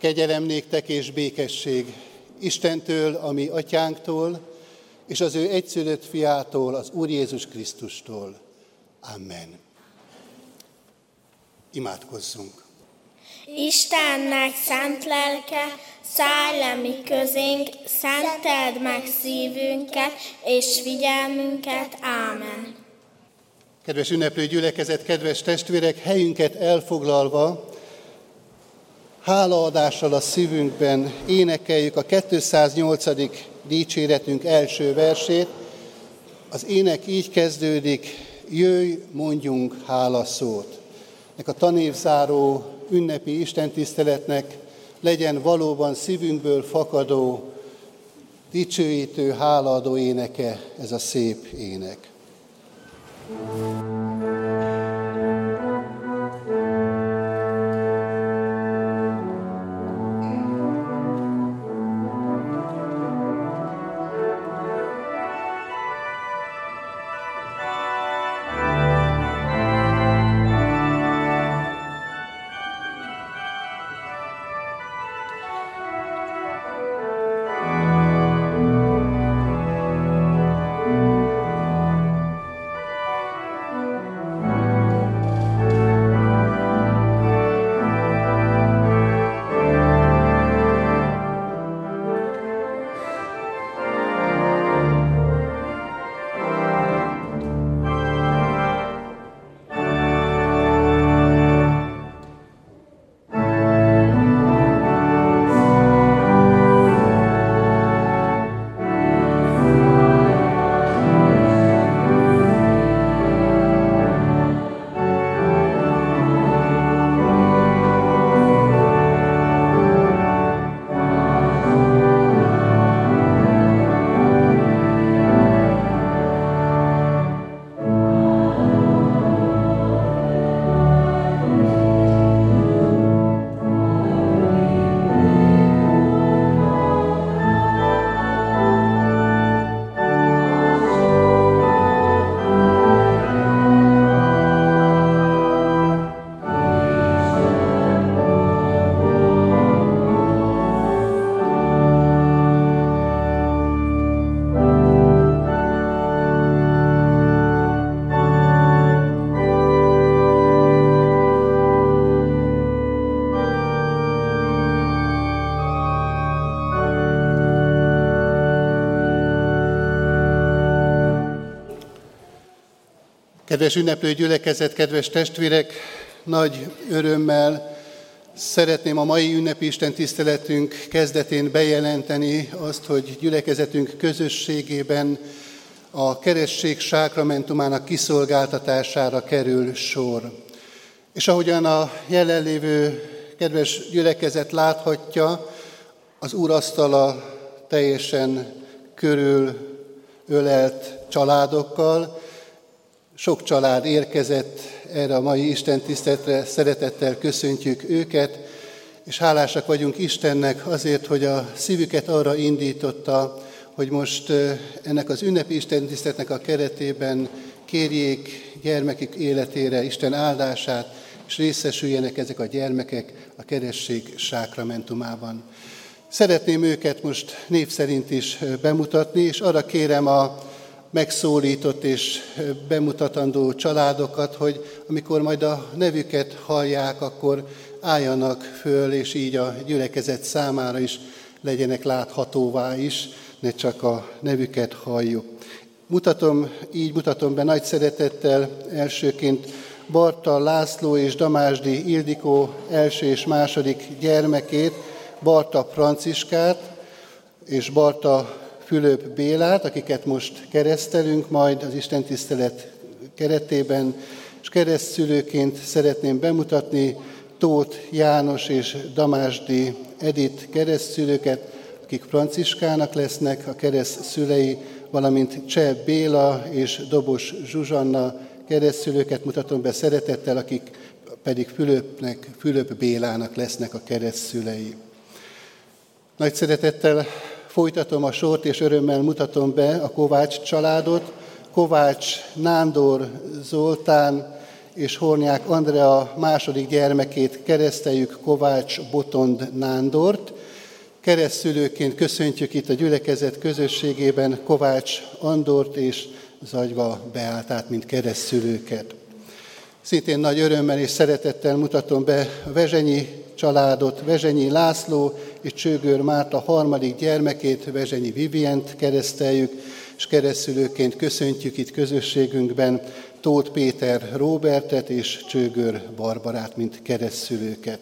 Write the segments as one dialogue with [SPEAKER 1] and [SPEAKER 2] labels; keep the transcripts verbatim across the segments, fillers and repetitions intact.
[SPEAKER 1] Kegyelem néktek és békesség Istentől, a mi atyánktól, és az ő egyszülött fiától, az Úr Jézus Krisztustól. Amen. Imádkozzunk.
[SPEAKER 2] Istennek szent lelke, szállj le mi közénk, szenteld meg szívünket és figyelmünket. Ámen.
[SPEAKER 1] Kedves ünneplő gyülekezet, kedves testvérek, helyünket elfoglalva, hálaadással a szívünkben énekeljük a kétszáznyolcadik dicséretünk első versét. Az ének így kezdődik: jöjj, mondjunk hálaszót. Nek a tanévzáró ünnepi istentiszteletnek legyen valóban szívünkből fakadó, dicsőítő, hálaadó éneke ez a szép ének. Kedves ünneplő gyülekezet, kedves testvérek, nagy örömmel szeretném a mai ünnepi istentiszteletünk kezdetén bejelenteni azt, hogy gyülekezetünk közösségében a keresztség sákramentumának kiszolgáltatására kerül sor. És ahogyan a jelenlévő kedves gyülekezet láthatja, az úrasztala teljesen körülölelt családokkal. Sok család érkezett erre a mai istentiszteletre, szeretettel köszöntjük őket, és hálásak vagyunk Istennek azért, hogy a szívüket arra indította, hogy most ennek az ünnepi istentiszteletnek a keretében kérjék gyermekük életére Isten áldását, és részesüljenek ezek a gyermekek a keresztség sákramentumában. Szeretném őket most név szerint is bemutatni, és arra kérem a megszólított és bemutatandó családokat, hogy amikor majd a nevüket hallják, akkor álljanak föl, és így a gyülekezet számára is legyenek láthatóvá is, ne csak a nevüket halljuk. Mutatom, így mutatom be nagy szeretettel elsőként Barta László és Damásdi Ildikó első és második gyermekét, Barta Franciskát és Barta Fülöp Bélát, akiket most keresztelünk majd az istentisztelet keretében, és keresztszülőként szeretném bemutatni Tóth János és Damásdi Edit keresztszülőket, akik Franciskának lesznek a keresztszülei, valamint Cseh Béla és Dobos Zsuzsanna keresztszülőket mutatom be szeretettel, akik pedig Fülöpnek, Fülöp Bélának lesznek a keresztszülei. Nagy szeretettel folytatom a sort, és örömmel mutatom be a Kovács családot. Kovács Nándor Zoltán és Hornyák Andrea második gyermekét kereszteljük, Kovács Botond Nándort. Keresztszülőként köszöntjük itt a gyülekezet közösségében Kovács Andort és Zagyva Beátát, mint keresztszülőket. Szintén nagy örömmel és szeretettel mutatom be a Vezsenyi családot, Vezsenyi László és Csőgőr Márta harmadik gyermekét, Vezsenyi Vivient kereszteljük, és keresztszülőként köszöntjük itt közösségünkben Tóth Péter Róbertet és Csőgőr Barbarát, mint keresztszülőket.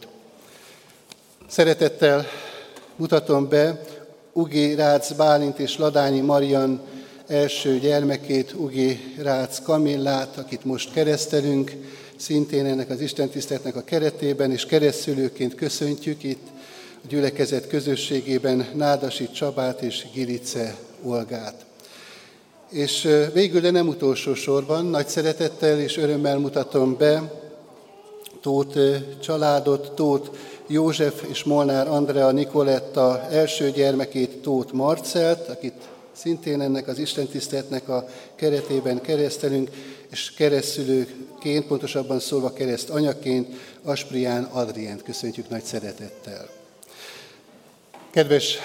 [SPEAKER 1] Szeretettel mutatom be Ugi Rácz Bálint és Ladányi Marian első gyermekét, Ugi Rácz Kamillát, akit most keresztelünk, szintén ennek az istentiszteletnek a keretében, és keresztszülőként köszöntjük itt a gyülekezet közösségében Nádasi Csabát és Gilice Olgát. És végül, de nem utolsó sorban, nagy szeretettel és örömmel mutatom be Tóth családot, Tóth József és Molnár Andrea Nikoletta első gyermekét, Tóth Marcelt, akit szintén ennek az istentiszteletnek a keretében keresztelünk, és keresztszülőként, pontosabban szólva kereszt anyaként Asprián Adrient köszöntjük nagy szeretettel. Kedves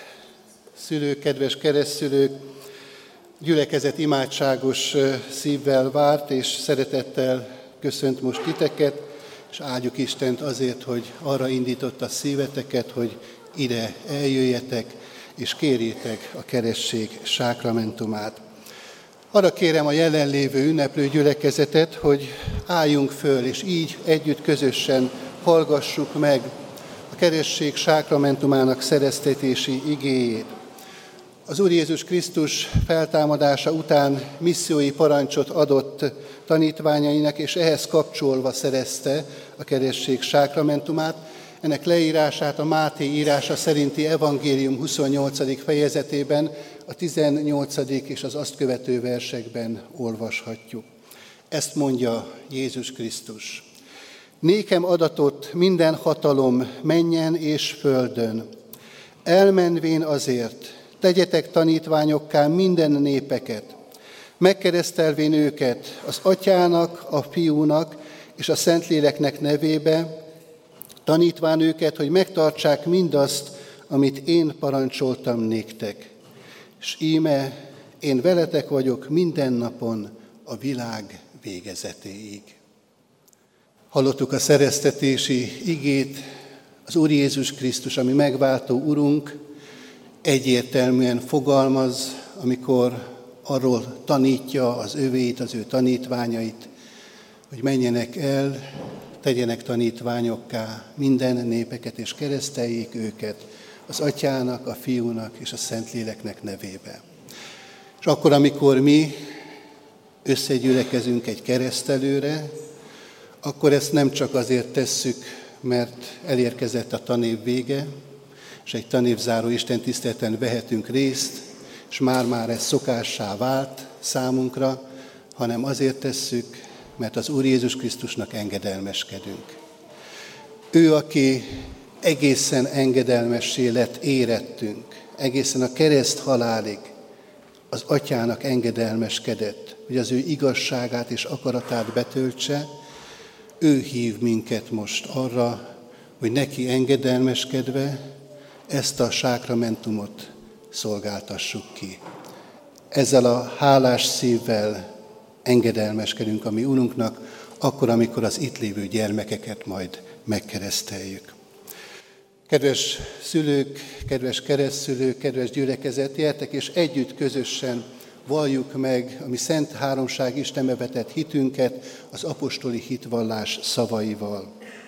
[SPEAKER 1] szülők, kedves keresztszülők, gyülekezet imádságos szívvel várt, és szeretettel köszönt most titeket, és áldjuk Istent azért, hogy arra indította szíveteket, hogy ide eljöjjetek, és kérjétek a keresztség sákramentumát. Arra kérem a jelenlévő ünneplő gyülekezetet, hogy álljunk föl, és így együtt közösen hallgassuk meg a keresztség sákramentumának szereztetési igéjét. Az Úr Jézus Krisztus feltámadása után missziói parancsot adott tanítványainak, és ehhez kapcsolva szerezte a keresztség sákramentumát. Ennek leírását a Máté írása szerinti evangélium huszonnyolcadik fejezetében, a tizennyolcadik és az azt követő versekben olvashatjuk. Ezt mondja Jézus Krisztus. Nékem adatott minden hatalom mennyen és földön. Elmenvén azért, tegyetek tanítványokká minden népeket, megkeresztelvén őket az Atyának, a Fiúnak és a Szentléleknek nevébe, tanítván őket, hogy megtartsák mindazt, amit én parancsoltam néktek. És íme, én veletek vagyok minden napon a világ végezetéig. Hallottuk a szereztetési igét, az Úr Jézus Krisztus, ami megváltó Urunk, egyértelműen fogalmaz, amikor arról tanítja az övéit, az ő tanítványait, hogy menjenek el, tegyenek tanítványokká minden népeket, és kereszteljék őket az Atyának, a Fiúnak és a Szentléleknek nevébe. És akkor, amikor mi összegyülekezünk egy keresztelőre, akkor ezt nem csak azért tesszük, mert elérkezett a tanév vége, és egy tanévzáró istentiszteleten vehetünk részt, és már-már ez szokássá vált számunkra, hanem azért tesszük, mert az Úr Jézus Krisztusnak engedelmeskedünk. Ő, aki egészen engedelmessé lett érettünk, egészen a kereszt halálig az Atyának engedelmeskedett, hogy az ő igazságát és akaratát betöltse, ő hív minket most arra, hogy neki engedelmeskedve ezt a sákramentumot szolgáltassuk ki. Ezzel a hálás szívvel engedelmeskedünk a mi Urunknak, akkor, amikor az itt lévő gyermekeket majd megkereszteljük. Kedves szülők, kedves keresztszülők, kedves gyülekezet, gyertek és együtt közösen valljuk meg a mi Szent Háromság Istenbe vetett hitünket az apostoli hitvallás szavaival.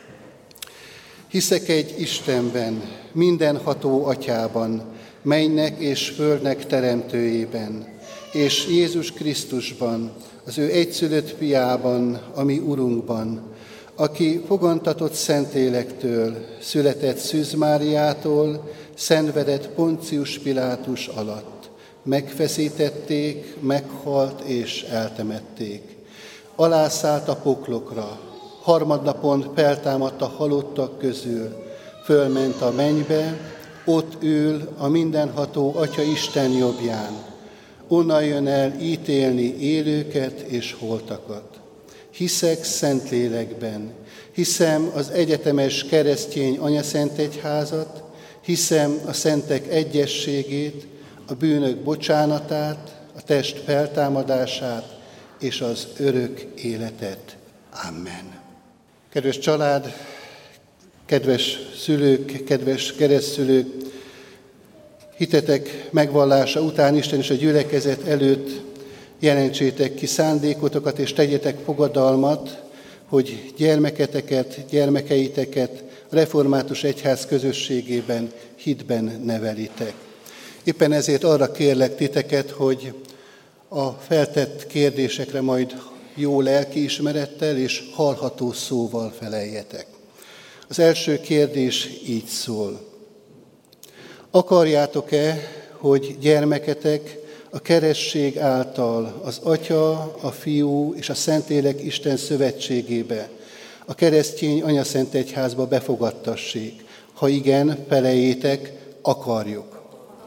[SPEAKER 1] Hiszek egy Istenben, mindenható Atyában, mennynek és földnek teremtőjében, és Jézus Krisztusban, az ő egyszülött fiában, a mi Urunkban, aki fogantatott Szentlélektől, született Szűz Máriától, szenvedett Poncius Pilátus alatt. Megfeszítették, meghalt és eltemették. Alászállt a poklokra, harmadnapon feltámadt a halottak közül, fölment a mennybe, ott ül a mindenható Atya Isten jobbján. Onnan jön el ítélni élőket és holtakat. hiszek Szentlélekben, hiszem az egyetemes keresztény anyaszentegyházat, hiszem a szentek egyességét, a bűnök bocsánatát, a test feltámadását és az örök életet. Amen. Kedves család, kedves szülők, kedves keresztszülők, hitetek megvallása után Isten és a gyülekezet előtt jelentsétek ki szándékotokat és tegyetek fogadalmat, hogy gyermeketeket, gyermekeiteket a református egyház közösségében, hitben nevelitek. Éppen ezért arra kérlek titeket, hogy a feltett kérdésekre majd jó lelkiismerettel és hallható szóval feleljetek. Az első kérdés így szól. Akarjátok-e, hogy gyermeketek a keresztség által az Atya, a Fiú és a Szentlélek Isten szövetségébe, a keresztény anyaszentegyházba befogadtassék? Ha igen, felejétek, akarjuk.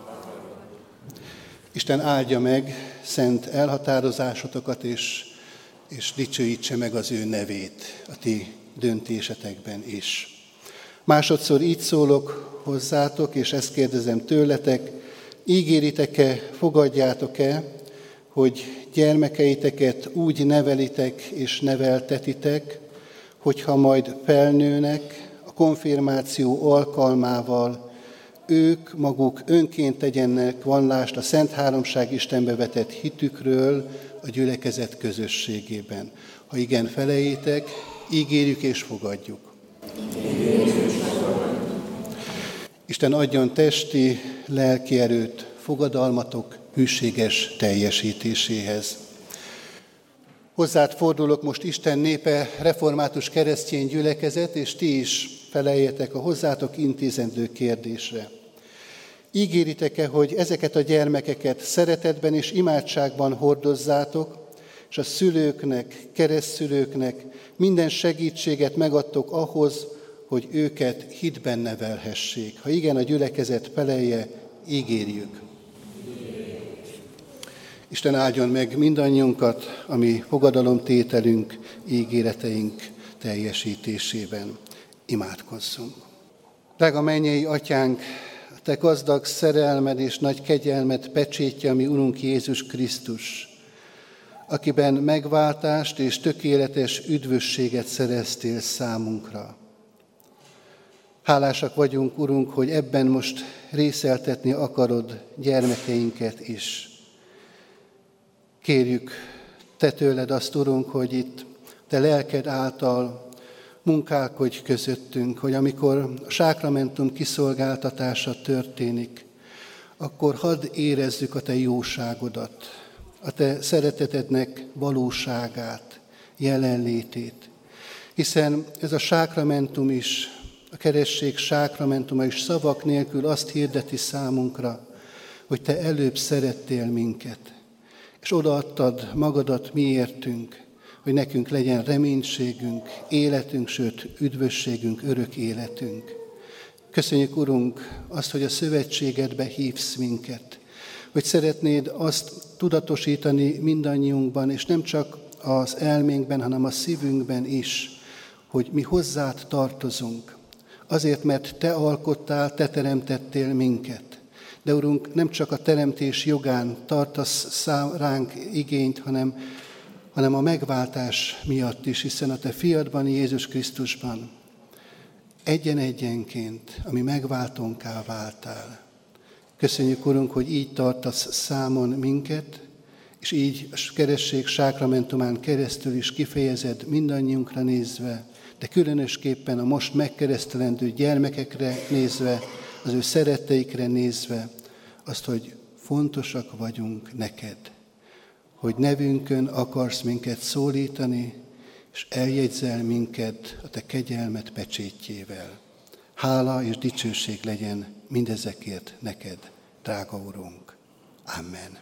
[SPEAKER 1] Isten áldja meg szent elhatározásotokat, és, és dicsőítse meg az ő nevét a ti döntésetekben is. Másodszor így szólok hozzátok, és ezt kérdezem tőletek, ígéritek-e, fogadjátok-e, hogy gyermekeiteket úgy nevelitek és neveltetitek, hogyha majd felnőnek, a konfirmáció alkalmával ők maguk önként tegyenek vallást a Szent Háromság Istenbe vetett hitükről a gyülekezet közösségében. Ha igen, felejétek, ígérjük és fogadjuk. Isten adjon testi, lelki erőt fogadalmatok hűséges teljesítéséhez. Hozzád fordulok most, Isten népe, református keresztény gyülekezet, és ti is feleljetek a hozzátok intézendő kérdésre. Ígéritek-e, hogy ezeket a gyermekeket szeretetben és imádságban hordozzátok, és a szülőknek, keresztszülőknek minden segítséget megadtok ahhoz, hogy őket hitben nevelhessék? Ha igen, a gyülekezet felelje, ígérjük. Isten áldjon meg mindannyiunkat, ami fogadalomtételünk, ígéreteink teljesítésében. Imádkozzunk. Drága mennyei Atyánk, Te gazdag szerelmed és nagy kegyelmed pecsétje, ami Urunk Jézus Krisztus, akiben megváltást és tökéletes üdvösséget szereztél számunkra. Hálásak vagyunk, Urunk, hogy ebben most részeltetni akarod gyermekeinket is. Kérjük Te tőled azt, Urunk, hogy itt Te lelked által munkálkodj közöttünk, hogy amikor a sákramentum kiszolgáltatása történik, akkor hadd érezzük a Te jóságodat, a Te szeretetednek valóságát, jelenlétét. Hiszen ez a sákramentum is, a keresztség sákramentuma is szavak nélkül azt hirdeti számunkra, hogy Te előbb szerettél minket, és odaadtad magadat miértünk, hogy nekünk legyen reménységünk, életünk, sőt üdvösségünk, örök életünk. Köszönjük, Urunk, azt, hogy a szövetségedbe hívsz minket, hogy szeretnéd azt tudatosítani mindannyiunkban, és nem csak az elménkben, hanem a szívünkben is, hogy mi hozzád tartozunk. Azért, mert Te alkottál, Te teremtettél minket. De, Urunk, nem csak a teremtés jogán tartasz ránk igényt, hanem, hanem a megváltás miatt is, hiszen a Te fiadban, Jézus Krisztusban egyen-egyenként, ami megváltónká váltál. Köszönjük, Urunk, hogy így tartasz számon minket, és így a keresztség sákramentumán keresztül is kifejezed mindannyiunkra nézve, de különösképpen a most megkeresztelendő gyermekekre nézve, az ő szeretteikre nézve, azt, hogy fontosak vagyunk neked, hogy nevünkön akarsz minket szólítani, és eljegyzel minket a Te kegyelmed pecsétjével. Hála és dicsőség legyen mindezekért neked, drága Urunk. Amen.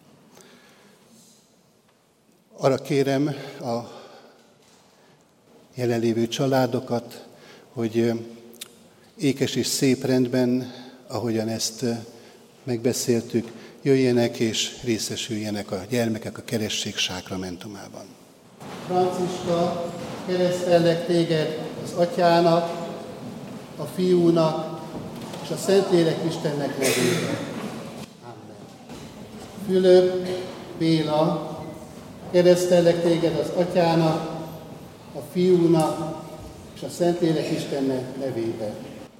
[SPEAKER 1] Arra kérem a jelenlévő családokat, hogy ékes és szép rendben, ahogyan ezt megbeszéltük, jöjjenek és részesüljenek a gyermekek a keresztség sákramentumában. Franciska, keresztellek téged az Atyának, a Fiúnak és a Szentlélek Istennek nevében. Amen. Fülöp Béla, keresztellek téged az Atyának, a Fiúnak és a Szentlélek Istennek nevében.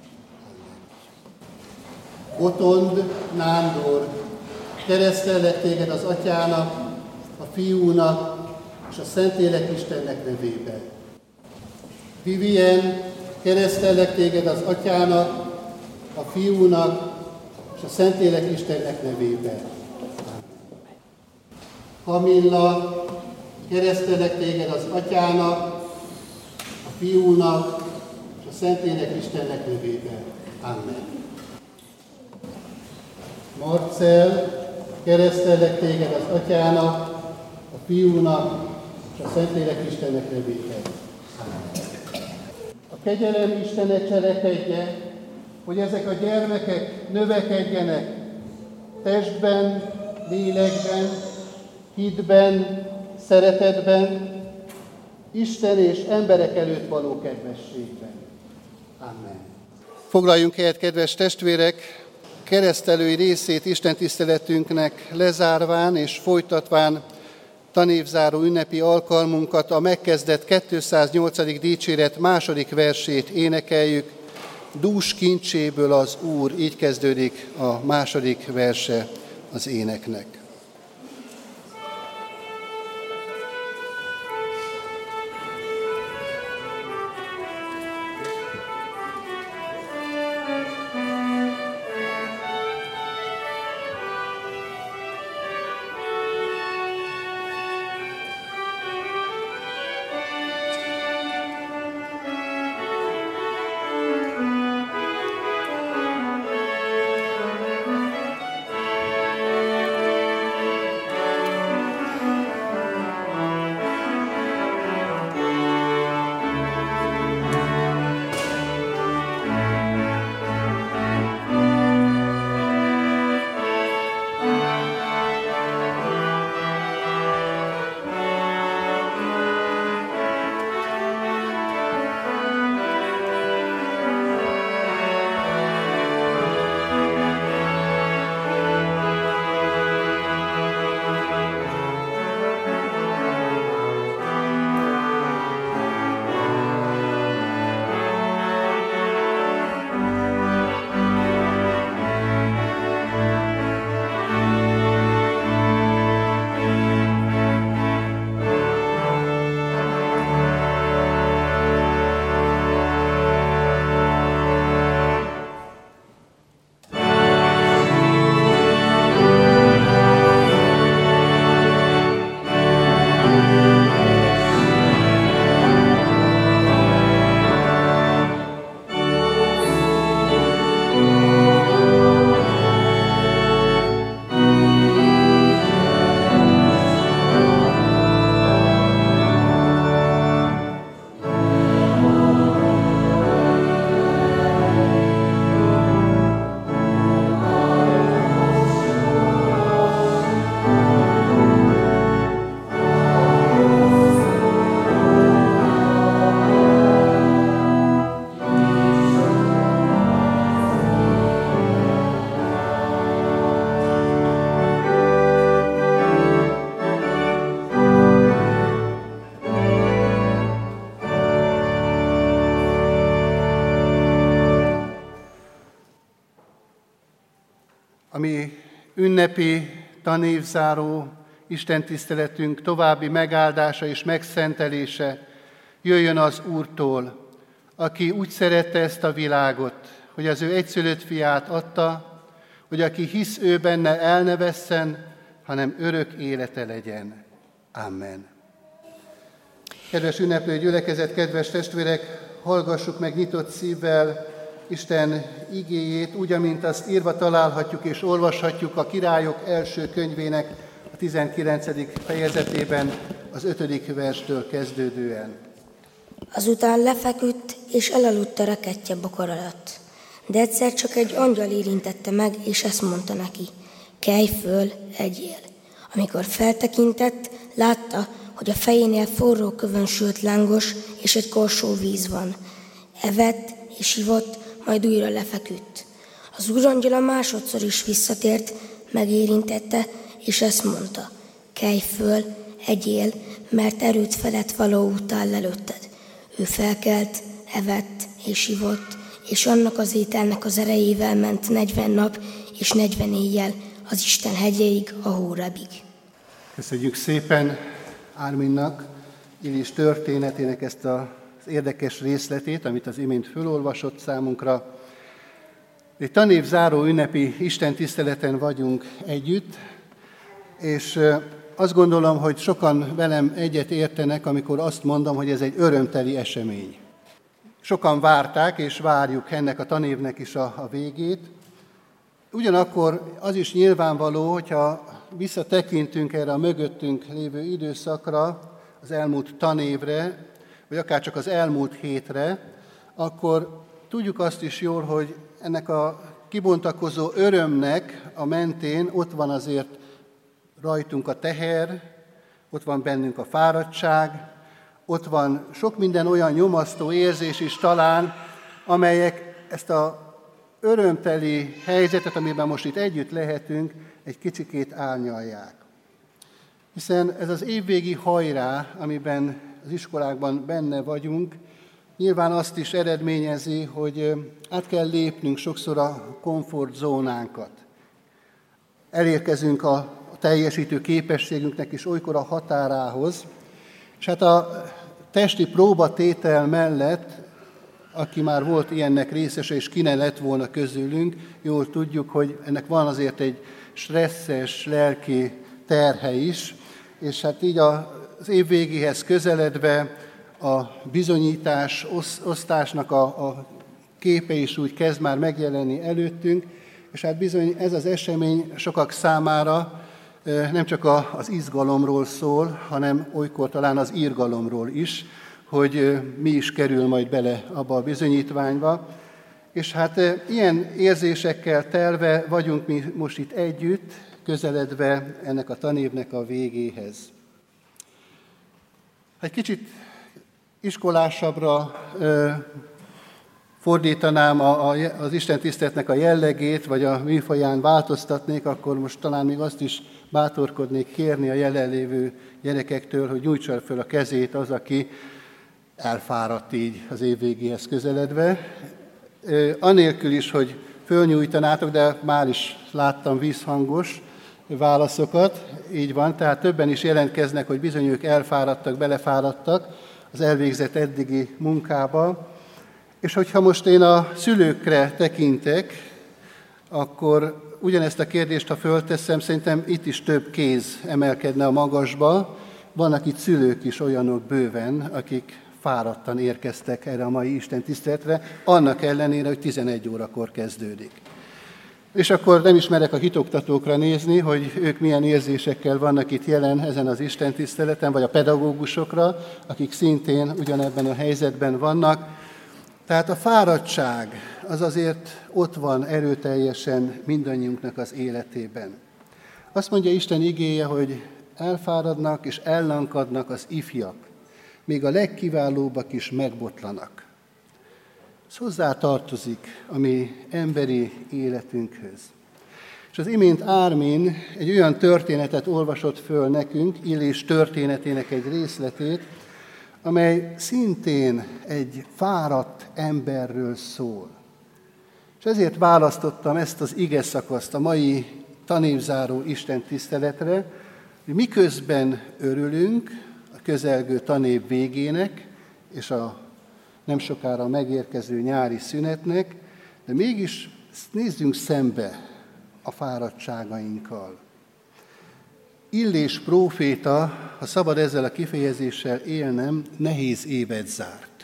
[SPEAKER 1] Botond Nándor, keresztellek téged az Atyának, a Fiúnak és a Szentlélek Istennek nevében. Vivien, keresztellek téged az Atyának, a Fiúnak és a Szentlélek Istennek nevében. Kamilla, keresztellek téged az Atyának, a Fiúnak és a Szentlélek Istennek nevében. Amen. Marcell, keresztellek téged az Atyának, a Fiúnak és a Szentlélek Istennek nevében. A kegyelem Istene cselekedje, hogy ezek a gyermekek növekedjenek testben, lélekben, hitben, szeretetben, Isten és emberek előtt való kedvességben. Amen. Foglaljunk helyet, kedves testvérek, keresztelői részét istentiszteletünknek lezárván és folytatván tanévzáró ünnepi alkalmunkat, a megkezdett kétszáznyolcadik dicséret második versét énekeljük. Dús kincséből az Úr, így kezdődik a második verse az éneknek. ami ünnepi tanévzáró istentiszteletünk további megáldása és megszentelése jöjjön az Úrtól, aki úgy szerette ezt a világot, hogy az ő egyszülött fiát adta, hogy aki hisz ő benne, el ne vesszen, hanem örök élete legyen. Amen. Kedves ünneplő gyülekezet, kedves testvérek, hallgassuk meg nyitott szívvel Isten igéjét, úgy, amint azt írva találhatjuk és olvashatjuk a Királyok első könyvének a tizenkilencedik fejezetében, az ötödik verstől kezdődően.
[SPEAKER 3] Azután lefeküdt, és elaludt a rekettye bokor alatt. De egyszer csak egy angyal érintette meg, és ezt mondta neki: kelj föl, egyél. Amikor feltekintett, látta, hogy a fejénél forró kövön sült lángos és egy korsó víz van. Evett és ivott, majd újra lefeküdt. Az úrangyala másodszor is visszatért, megérintette, és ezt mondta: kelj föl, egyél, mert erőt felett való út áll előtted. Ő felkelt, evett és ivott, és annak az ételnek az erejével ment negyven nap és negyven éjjel az Isten hegyeig, a Hórebig.
[SPEAKER 1] Köszönjük szépen Árminnak, Illés történetének ezt az érdekes részletét, amit az imént fölolvasott számunkra. Egy tanév záró ünnepi istentiszteleten vagyunk együtt, és azt gondolom, hogy sokan velem egyet értenek, amikor azt mondom, hogy ez egy örömteli esemény. Sokan várták, és várjuk ennek a tanévnek is a, a végét. Ugyanakkor az is nyilvánvaló, hogyha visszatekintünk erre a mögöttünk lévő időszakra, az elmúlt tanévre, vagy akár csak az elmúlt hétre, akkor tudjuk azt is jól, hogy ennek a kibontakozó örömnek a mentén ott van azért rajtunk a teher, ott van bennünk a fáradtság, ott van sok minden olyan nyomasztó érzés is talán, amelyek ezt a örömteli helyzetet, amiben most itt együtt lehetünk, egy kicsikét árnyalják. Hiszen ez az évvégi hajrá, amiben az iskolákban benne vagyunk, nyilván azt is eredményezi, hogy át kell lépnünk sokszor a komfortzónánkat. Elérkezünk a teljesítő képességünknek is olykor a határához, és hát a testi próbatétel mellett, aki már volt ilyennek részese, és ki ne lett volna közülünk, jól tudjuk, hogy ennek van azért egy stresszes lelki terhe is, és hát így az év végéhez közeledve a bizonyítás, osztásnak a, a képe is úgy kezd már megjelenni előttünk, és hát bizony ez az esemény sokak számára nem csak az izgalomról szól, hanem olykor talán az irgalomról is, hogy mi is kerül majd bele abba a bizonyítványba. És hát ilyen érzésekkel telve vagyunk mi most itt együtt, közeledve ennek a tanévnek a végéhez. Egy kicsit iskolásabbra fordítanám a, a, az istentiszteletnek a jellegét, vagy a műfaján változtatnék, akkor most talán még azt is bátorkodnék kérni a jelenlévő gyerekektől, hogy nyújtsa föl a kezét az, aki elfáradt így az év végéhez közeledve. Anélkül is, hogy fölnyújtanátok, de már is láttam vízhangos válaszokat, így van, tehát többen is jelentkeznek, hogy bizony ők elfáradtak, belefáradtak az elvégzett eddigi munkába. És hogyha most én a szülőkre tekintek, akkor ugyanezt a kérdést, ha fölteszem, szerintem itt is több kéz emelkedne a magasba. Vannak itt szülők is olyanok bőven, akik fáradtan érkeztek erre a mai istentiszteletre, annak ellenére, hogy tizenegy órakor kezdődik. És akkor nem is merek a hitoktatókra nézni, hogy ők milyen érzésekkel vannak itt jelen ezen az istentiszteleten, vagy a pedagógusokra, akik szintén ugyanebben a helyzetben vannak. Tehát a fáradtság az azért ott van erőteljesen mindannyiunknak az életében. Azt mondja Isten igéje, hogy elfáradnak és ellankadnak az ifjak, még a legkiválóbbak is megbotlanak. Ez hozzá tartozik a mi emberi életünkhöz. És az imént Ármin egy olyan történetet olvasott föl nekünk, Illés történetének egy részletét, amely szintén egy fáradt emberről szól. És ezért választottam ezt az ige szakaszt a mai tanévzáró istentiszteletre, hogy miközben örülünk a közelgő tanév végének és a nem sokára megérkező nyári szünetnek, de mégis nézzünk szembe a fáradtságainkkal. Illés próféta, ha szabad ezzel a kifejezéssel élnem, nehéz évet zárt.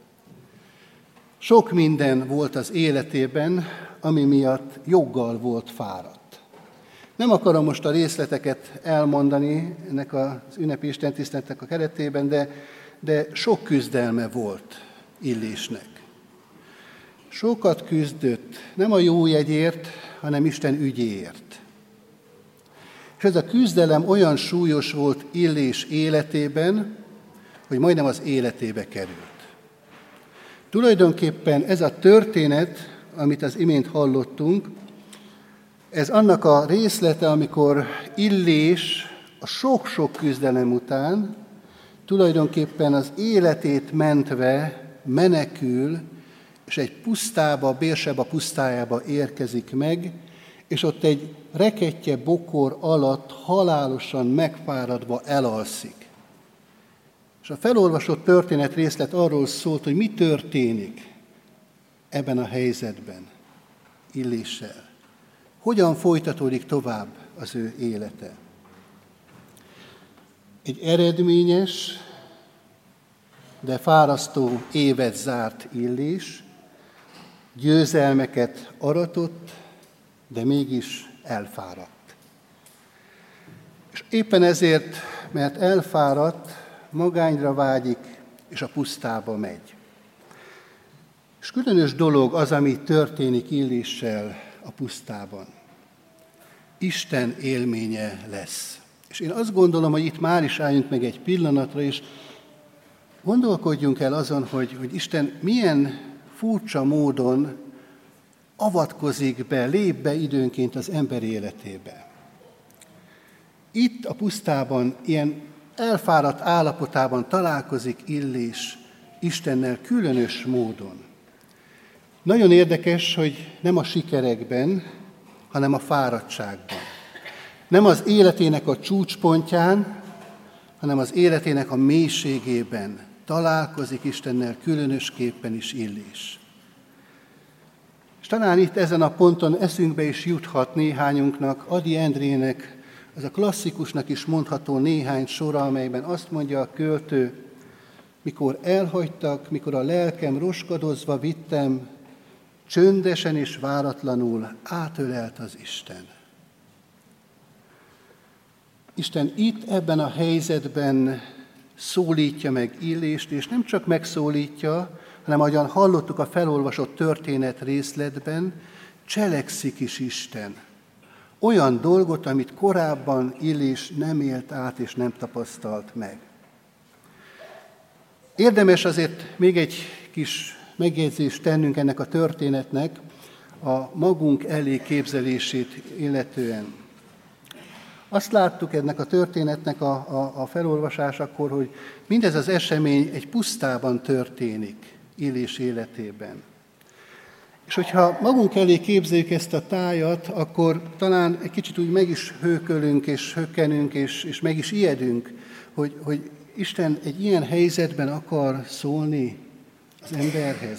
[SPEAKER 1] Sok minden volt az életében, ami miatt joggal volt fáradt. Nem akarom most a részleteket elmondani ennek az ünnepi istentiszteletnek a keretében, de, de sok küzdelme volt Illésnek. Sokat küzdött, nem a jó jegyért, hanem Isten ügyéért. És ez a küzdelem olyan súlyos volt Illés életében, hogy majdnem az életébe került. Tulajdonképpen ez a történet, amit az imént hallottunk, ez annak a részlete, amikor Illés a sok-sok küzdelem után tulajdonképpen az életét mentve menekül, és egy pusztába, Bérseba pusztájába érkezik meg, és ott egy rekettye bokor alatt halálosan megfáradva elalszik. És a felolvasott történet részlet arról szólt, hogy mi történik ebben a helyzetben Illéssel. Hogyan folytatódik tovább az ő élete. Egy eredményes, de fárasztó évet zárt Illés, győzelmeket aratott, de mégis elfáradt. És éppen ezért, mert elfáradt, magányra vágyik, és a pusztába megy. És különös dolog az, ami történik Illéssel a pusztában. Isten élménye lesz. És én azt gondolom, hogy itt már is álljunk meg egy pillanatra, és gondolkodjunk el azon, hogy, hogy Isten milyen furcsa módon avatkozik be, lép be időnként az ember életébe. Itt a pusztában, ilyen elfáradt állapotában találkozik Illés Istennel különös módon. Nagyon érdekes, hogy nem a sikerekben, hanem a fáradtságban. Nem az életének a csúcspontján, hanem az életének a mélységében találkozik Istennel különösképpen is Illés. És talán itt ezen a ponton eszünkbe is juthat néhányunknak, Ady Endrének, az a klasszikusnak is mondható néhány sora, amelyben azt mondja a költő, mikor elhagytak, mikor a lelkem roskadozva vittem, csöndesen és váratlanul átölelt az Isten. Isten itt ebben a helyzetben szólítja meg Illést, és nem csak megszólítja, hanem ahogyan hallottuk a felolvasott történet részletben, cselekszik is Isten. Olyan dolgot, amit korábban Illés nem élt át és nem tapasztalt meg. Érdemes azért még egy kis megjegyzést tennünk ennek a történetnek a magunk elé képzelését illetően. Azt láttuk ennek a történetnek a, a, a felolvasásakor, hogy mindez az esemény egy pusztában történik Illés életében. És hogyha magunk elé képzeljük ezt a tájat, akkor talán egy kicsit úgy meg is hőkölünk, és hökkenünk, és, és meg is ijedünk, hogy, hogy Isten egy ilyen helyzetben akar szólni az emberhez.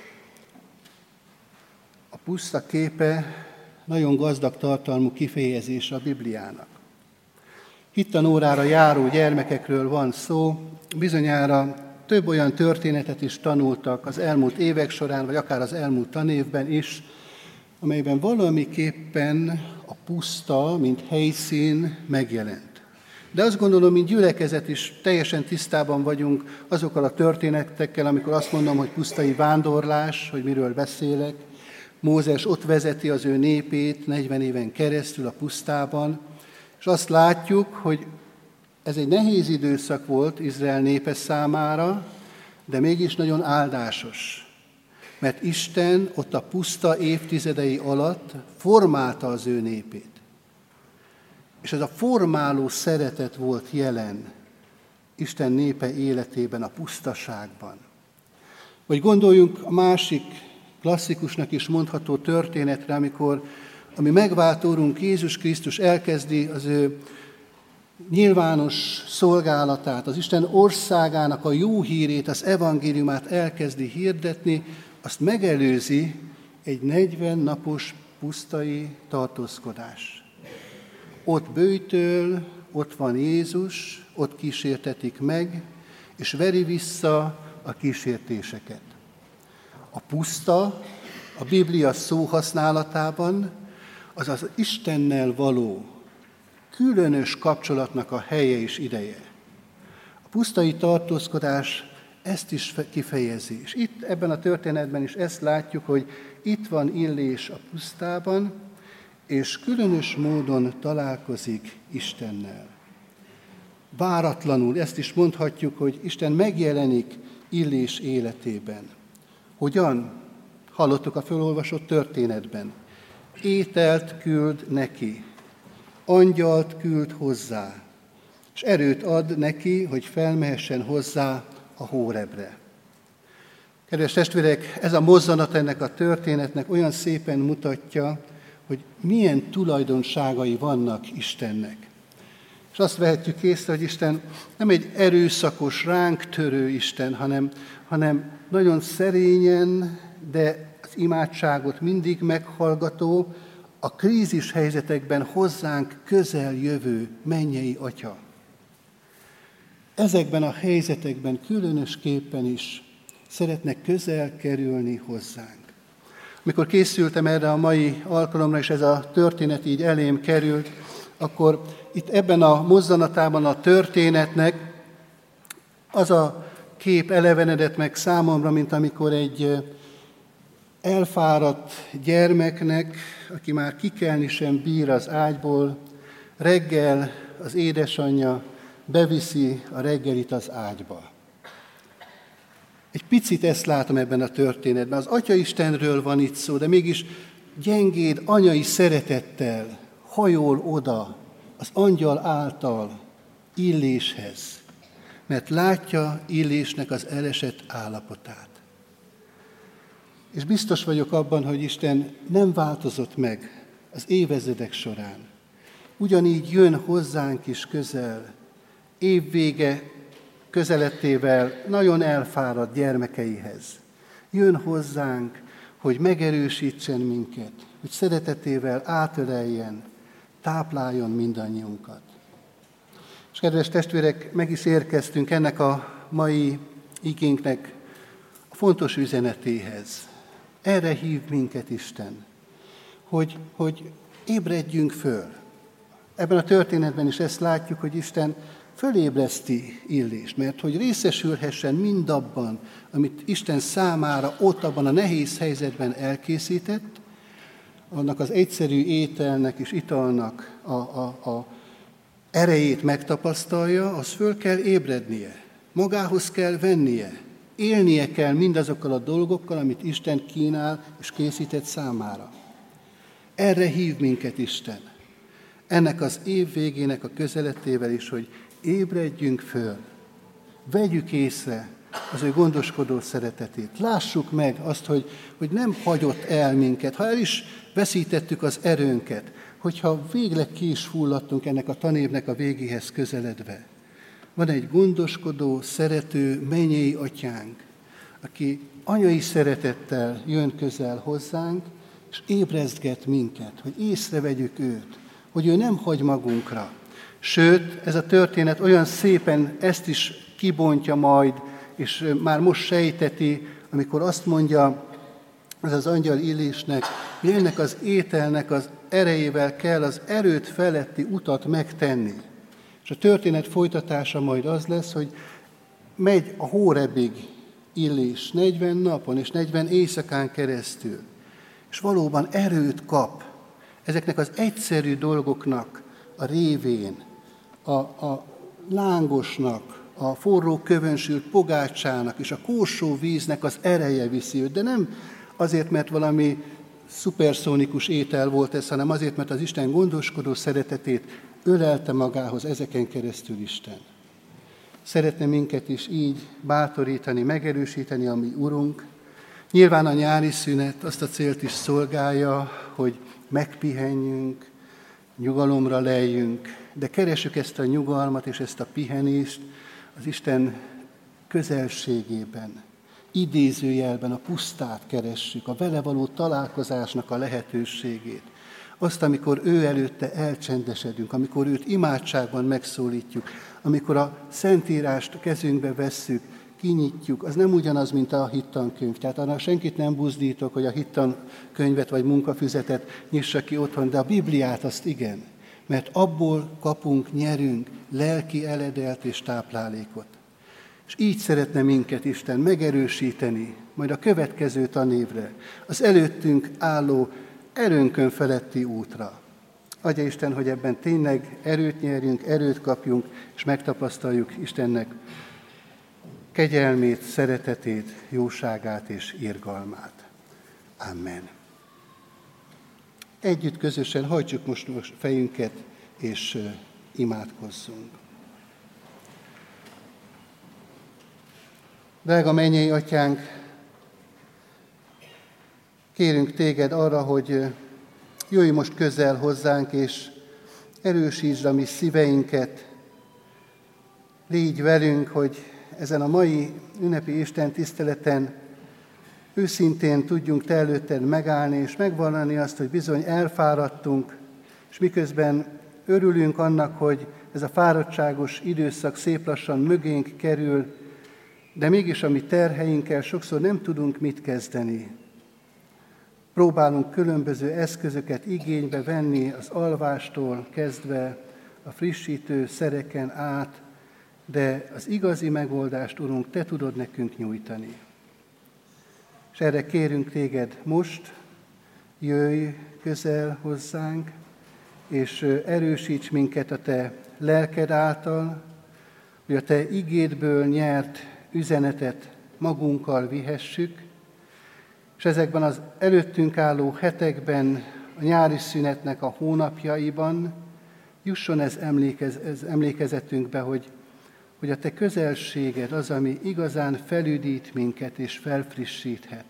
[SPEAKER 1] A puszta képe nagyon gazdag tartalmú kifejezés a Bibliának. Hittanórára járó gyermekekről van szó, bizonyára több olyan történetet is tanultak az elmúlt évek során, vagy akár az elmúlt tanévben is, amelyben valamiképpen a puszta, mint helyszín megjelent. De azt gondolom, mint gyülekezet is teljesen tisztában vagyunk azokkal a történetekkel, amikor azt mondom, hogy pusztai vándorlás, hogy miről beszélek. Mózes ott vezeti az ő népét negyven éven keresztül a pusztában, és azt látjuk, hogy ez egy nehéz időszak volt Izrael népe számára, de mégis nagyon áldásos. Mert Isten ott a puszta évtizedei alatt formálta az ő népét. És ez a formáló szeretet volt jelen Isten népe életében, a pusztaságban. Vagy gondoljunk a másik klasszikusnak is mondható történetre, amikor a mi megváltó Urunk Jézus Krisztus elkezdi az ő nyilvános szolgálatát, az Isten országának a jó hírét, az evangéliumát elkezdi hirdetni, azt megelőzi egy negyven napos pusztai tartózkodás. Ott böjtöl, ott van Jézus, ott kísértetik meg, és veri vissza a kísértéseket. A puszta a Biblia szóhasználatában az az Istennel való különös kapcsolatnak a helye és ideje. A pusztai tartózkodás ezt is kifejezi. És itt ebben a történetben is ezt látjuk, hogy itt van Illés a pusztában, és különös módon találkozik Istennel. Váratlanul, ezt is mondhatjuk, hogy Isten megjelenik Illés életében. Hogyan? Hallottuk a felolvasott történetben. Ételt küld neki, angyalt küld hozzá, és erőt ad neki, hogy felmehessen hozzá a Hórebre. Kedves testvérek, ez a mozzanat ennek a történetnek olyan szépen mutatja, hogy milyen tulajdonságai vannak Istennek. És azt vehetjük észre, hogy Isten nem egy erőszakos, ránk törő Isten, hanem, hanem nagyon szerényen, de az imádságot mindig meghallgató, a krízis helyzetekben hozzánk közel jövő mennyei Atya. Ezekben a helyzetekben különösképpen is szeretnek közel kerülni hozzánk. Amikor készültem erre a mai alkalomra, és ez a történet így elém került, akkor itt ebben a mozzanatában a történetnek az a kép elevenedett meg számomra, mint amikor egy elfáradt gyermeknek, aki már kikelni sem bír az ágyból, reggel az édesanyja beviszi a reggelit az ágyba. Egy picit ezt látom ebben a történetben. Az Atya Istenről van itt szó, de mégis gyengéd anyai szeretettel hajol oda az angyal által Illéshez, mert látja Illésnek az elesett állapotát. És biztos vagyok abban, hogy Isten nem változott meg az évezredek során. Ugyanígy jön hozzánk is közel, évvége közelettével nagyon elfáradt gyermekeihez. Jön hozzánk, hogy megerősítsen minket, hogy szeretetével átöleljen, tápláljon mindannyiunkat. És kedves testvérek, meg is érkeztünk ennek a mai igénknek a fontos üzenetéhez. Erre hív minket Isten, hogy, hogy ébredjünk föl. Ebben a történetben is ezt látjuk, hogy Isten fölébreszti Illést, mert hogy részesülhessen mindabban, amit Isten számára ott abban a nehéz helyzetben elkészített, annak az egyszerű ételnek és italnak a, a, a erejét megtapasztalja, az föl kell ébrednie, magához kell vennie, élnie kell mindazokkal a dolgokkal, amit Isten kínál és készített számára. Erre hív minket Isten. Ennek az év végének a közeletével is, hogy ébredjünk föl, vegyük észre az ő gondoskodó szeretetét. Lássuk meg azt, hogy, hogy nem hagyott el minket, ha el is veszítettük az erőnket, hogyha végleg ki is fulladtunk ennek a tanévnek a végéhez közeledve. Van egy gondoskodó, szerető, mennyei atyánk, aki anyai szeretettel jön közel hozzánk, és ébrezget minket, hogy észrevegyük őt, hogy ő nem hagy magunkra. Sőt, ez a történet olyan szépen ezt is kibontja majd, és már most sejteti, amikor azt mondja ez az angyal Illésnek, hogy ennek az ételnek az erejével kell az erőt feletti utat megtenni. És a történet folytatása majd az lesz, hogy megy a Hórebig Illés negyven napon és negyven éjszakán keresztül, és valóban erőt kap ezeknek az egyszerű dolgoknak a révén, a, a lángosnak, a forró kövönsült pogácsának és a kósó víznek az ereje viszi őt, de nem azért, mert valami szuperszónikus étel volt ez, hanem azért, mert az Isten gondoskodó szeretetét ölelte magához ezeken keresztül Isten. Szeretne minket is így bátorítani, megerősíteni a mi Urunk. Nyilván a nyári szünet azt a célt is szolgálja, hogy megpihenjünk, nyugalomra leljünk, de keressük ezt a nyugalmat és ezt a pihenést az Isten közelségében. Idézőjelben a pusztát keressük, a vele való találkozásnak a lehetőségét. Azt, amikor ő előtte elcsendesedünk, amikor őt imádságban megszólítjuk, amikor a Szentírást kezünkbe vesszük, kinyitjuk, az nem ugyanaz, mint a hittankönyv. Tehát arra senkit nem buzdítok, hogy a hittankönyvet vagy munkafüzetet nyissa ki otthon, de a Bibliát azt igen, mert abból kapunk, nyerünk lelki eledelt és táplálékot. És így szeretne minket Isten megerősíteni, majd a következő tanévre, az előttünk álló erőnkön feletti útra. Adja Isten, hogy ebben tényleg erőt nyerjünk, erőt kapjunk, és megtapasztaljuk Istennek kegyelmét, szeretetét, jóságát és irgalmát. Amen. Együtt közösen hajtsuk most fejünket, és imádkozzunk. Drága mennyei Atyánk, kérünk Téged arra, hogy jöjj most közel hozzánk, és erősítsd a mi szíveinket. Légy velünk, hogy ezen a mai ünnepi Isten tiszteleten őszintén tudjunk Te előtted megállni, és megvallani azt, hogy bizony elfáradtunk, és miközben örülünk annak, hogy ez a fáradtságos időszak szép lassan mögénk kerül, de mégis a mi terheinkkel sokszor nem tudunk mit kezdeni. Próbálunk különböző eszközöket igénybe venni, az alvástól kezdve a frissítő szereken át, de az igazi megoldást, Urunk, Te tudod nekünk nyújtani. És erre kérünk Téged most, jöjj közel hozzánk, és erősíts minket a Te lelked által, hogy a Te igédből nyert üzenetet magunkkal vihessük, és ezekben az előttünk álló hetekben, a nyári szünetnek a hónapjaiban jusson ez, emlékez, ez emlékezetünkbe, hogy, hogy a Te közelséged az, ami igazán felüdít minket és felfrissíthet.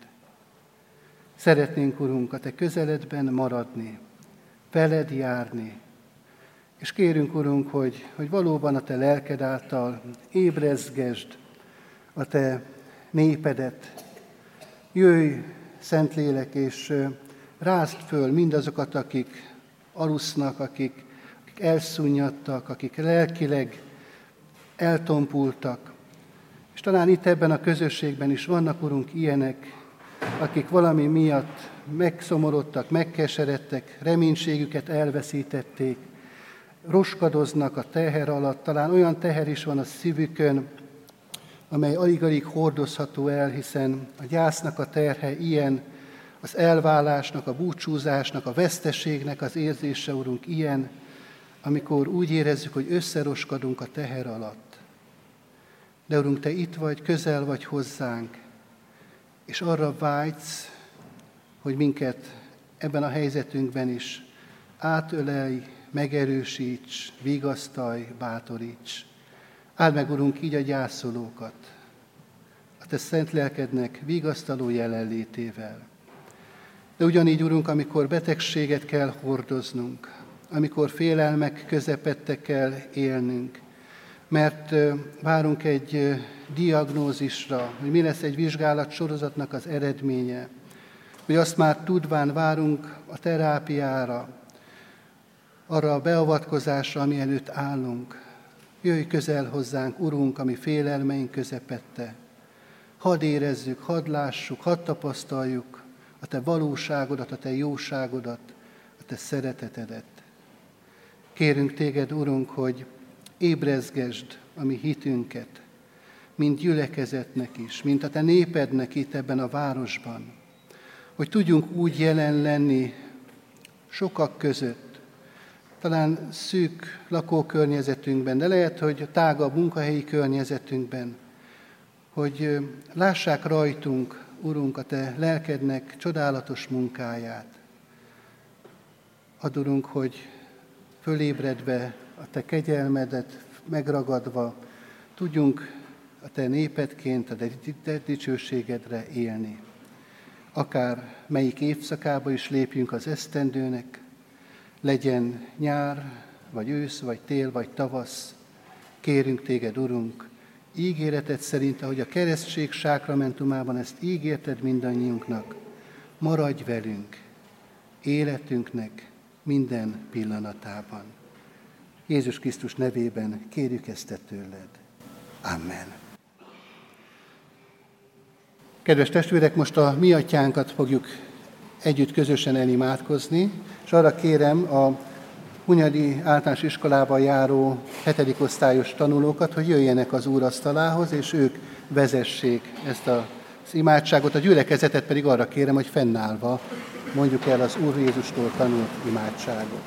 [SPEAKER 1] Szeretnénk, Urunk, a Te közeledben maradni, veled járni, és kérünk, Urunk, hogy, hogy valóban a Te lelked által ébrezgesd a Te népedet. Jöjj, Szentlélek, és rázd föl mindazokat, akik alusznak, akik, akik elszunnyadtak, akik lelkileg eltompultak. És talán itt ebben a közösségben is vannak, Urunk, ilyenek, akik valami miatt megszomorodtak, megkeseredtek, reménységüket elveszítették, roskadoznak a teher alatt, talán olyan teher is van a szívükön, amely alig-alig hordozható el, hiszen a gyásznak a terhe ilyen, az elválásnak, a búcsúzásnak, a veszteségnek az érzése, Urunk, ilyen, amikor úgy érezzük, hogy összeroskadunk a teher alatt. De, Urunk, Te itt vagy, közel vagy hozzánk, és arra vágysz, hogy minket ebben a helyzetünkben is átölelj, megerősíts, vigasztalj, bátoríts. Áld meg, Urunk, így a gyászolókat, a Te szent lelkednek vigasztaló jelenlétével. De ugyanígy, Urunk, amikor betegséget kell hordoznunk, amikor félelmek közepette kell élnünk, mert várunk egy diagnózisra, hogy mi lesz egy vizsgálat sorozatnak az eredménye, hogy azt már tudván várunk a terápiára, arra a beavatkozásra, ami előtt állunk. Jöjj közel hozzánk, Urunk, a mi félelmeink közepette. Hadd érezzük, hadd lássuk, hadd tapasztaljuk a Te valóságodat, a Te jóságodat, a Te szeretetedet. Kérünk Téged, Urunk, hogy ébrezgesd a mi hitünket, mint gyülekezetnek is, mint a Te népednek itt ebben a városban, hogy tudjunk úgy jelen lenni sokak között, talán szűk lakókörnyezetünkben, de lehet, hogy tágabb munkahelyi környezetünkben, hogy lássák rajtunk, Urunk, a Te lelkednek csodálatos munkáját. Add, Urunk, hogy fölébredve, a Te kegyelmedet megragadva, tudjunk a Te népedként, a Te dicsőségedre élni. Akár melyik évszakába is lépjünk az esztendőnek, legyen nyár, vagy ősz, vagy tél, vagy tavasz, kérünk Téged, Urunk, ígéreted szerint, ahogy a keresztség sákramentumában ezt ígérted mindannyiunknak, maradj velünk, életünknek minden pillanatában. Jézus Krisztus nevében kérjük ezt Te tőled. Amen. Kedves testvérek, most a mi atyánkat fogjuk együtt közösen elimádkozni, és arra kérem a Hunyadi Általános Iskolába járó hetedik osztályos tanulókat, hogy jöjjenek az úrasztalához, és ők vezessék ezt az imádságot, a gyülekezetet pedig arra kérem, hogy fennállva mondjuk el az Úr Jézustól tanult imádságot.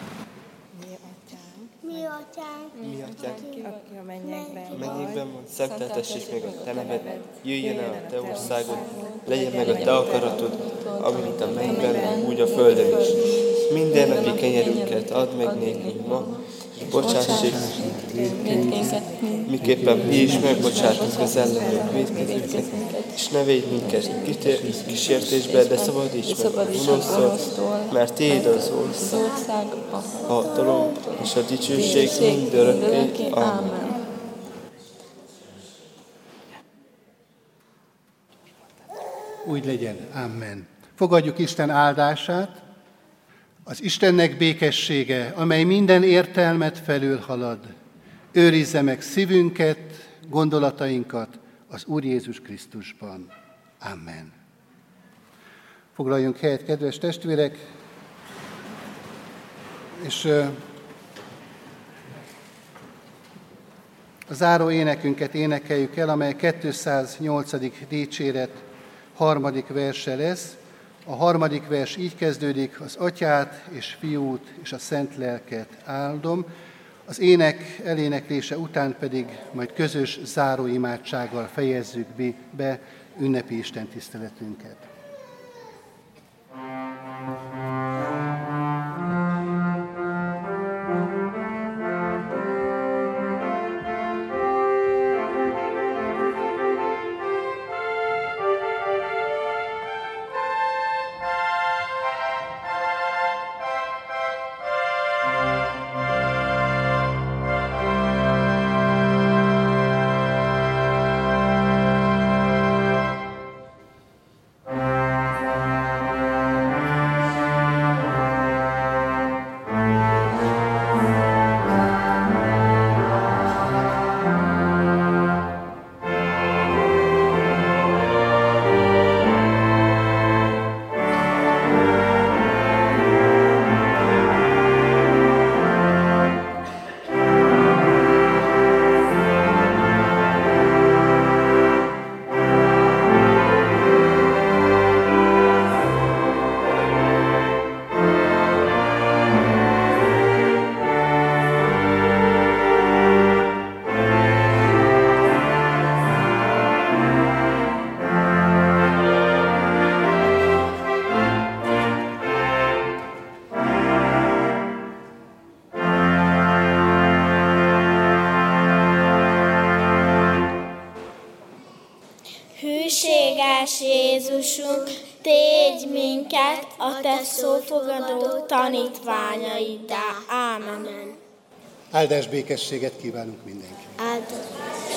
[SPEAKER 2] Mi atyánk,
[SPEAKER 4] Mi atyánk,
[SPEAKER 5] aki a mennyekben
[SPEAKER 4] mennyekben van, szenteltessék meg a te neved, jöjjön el a te országod, legyen meg a te akaratod, amint a mennyben, úgy a földön is. Minden napi kenyerünket add meg nékünk ma, bocsássék vétkénket, miképpen mi is megbocsátunk az ellenünk vétkezőket, és ne védj minket kísértésbe, de szabadíts meg a gonosztól, mert tiéd az ország, a hatalom és a dicsőség mindörökké. Amen.
[SPEAKER 1] Úgy legyen. Amen. Fogadjuk Isten áldását. Az Istennek békessége, amely minden értelmet felülhalad, őrizze meg szívünket, gondolatainkat az Úr Jézus Krisztusban. Amen. Foglaljunk helyet, kedves testvérek, és a záró énekünket énekeljük el, amely kétszáznyolcadik dicséret harmadik verse lesz. A harmadik vers így kezdődik: az Atyát és Fiút és a Szent Lelket áldom. Az ének eléneklése után pedig majd közös záróimádsággal fejezzük be ünnepi istentiszteletünket.
[SPEAKER 2] Hűséges Jézusunk, tégy minket a te szófogadó tanítványaiddá. Ámen.
[SPEAKER 1] Áldás békességet kívánunk mindenkinek.
[SPEAKER 2] Áldás.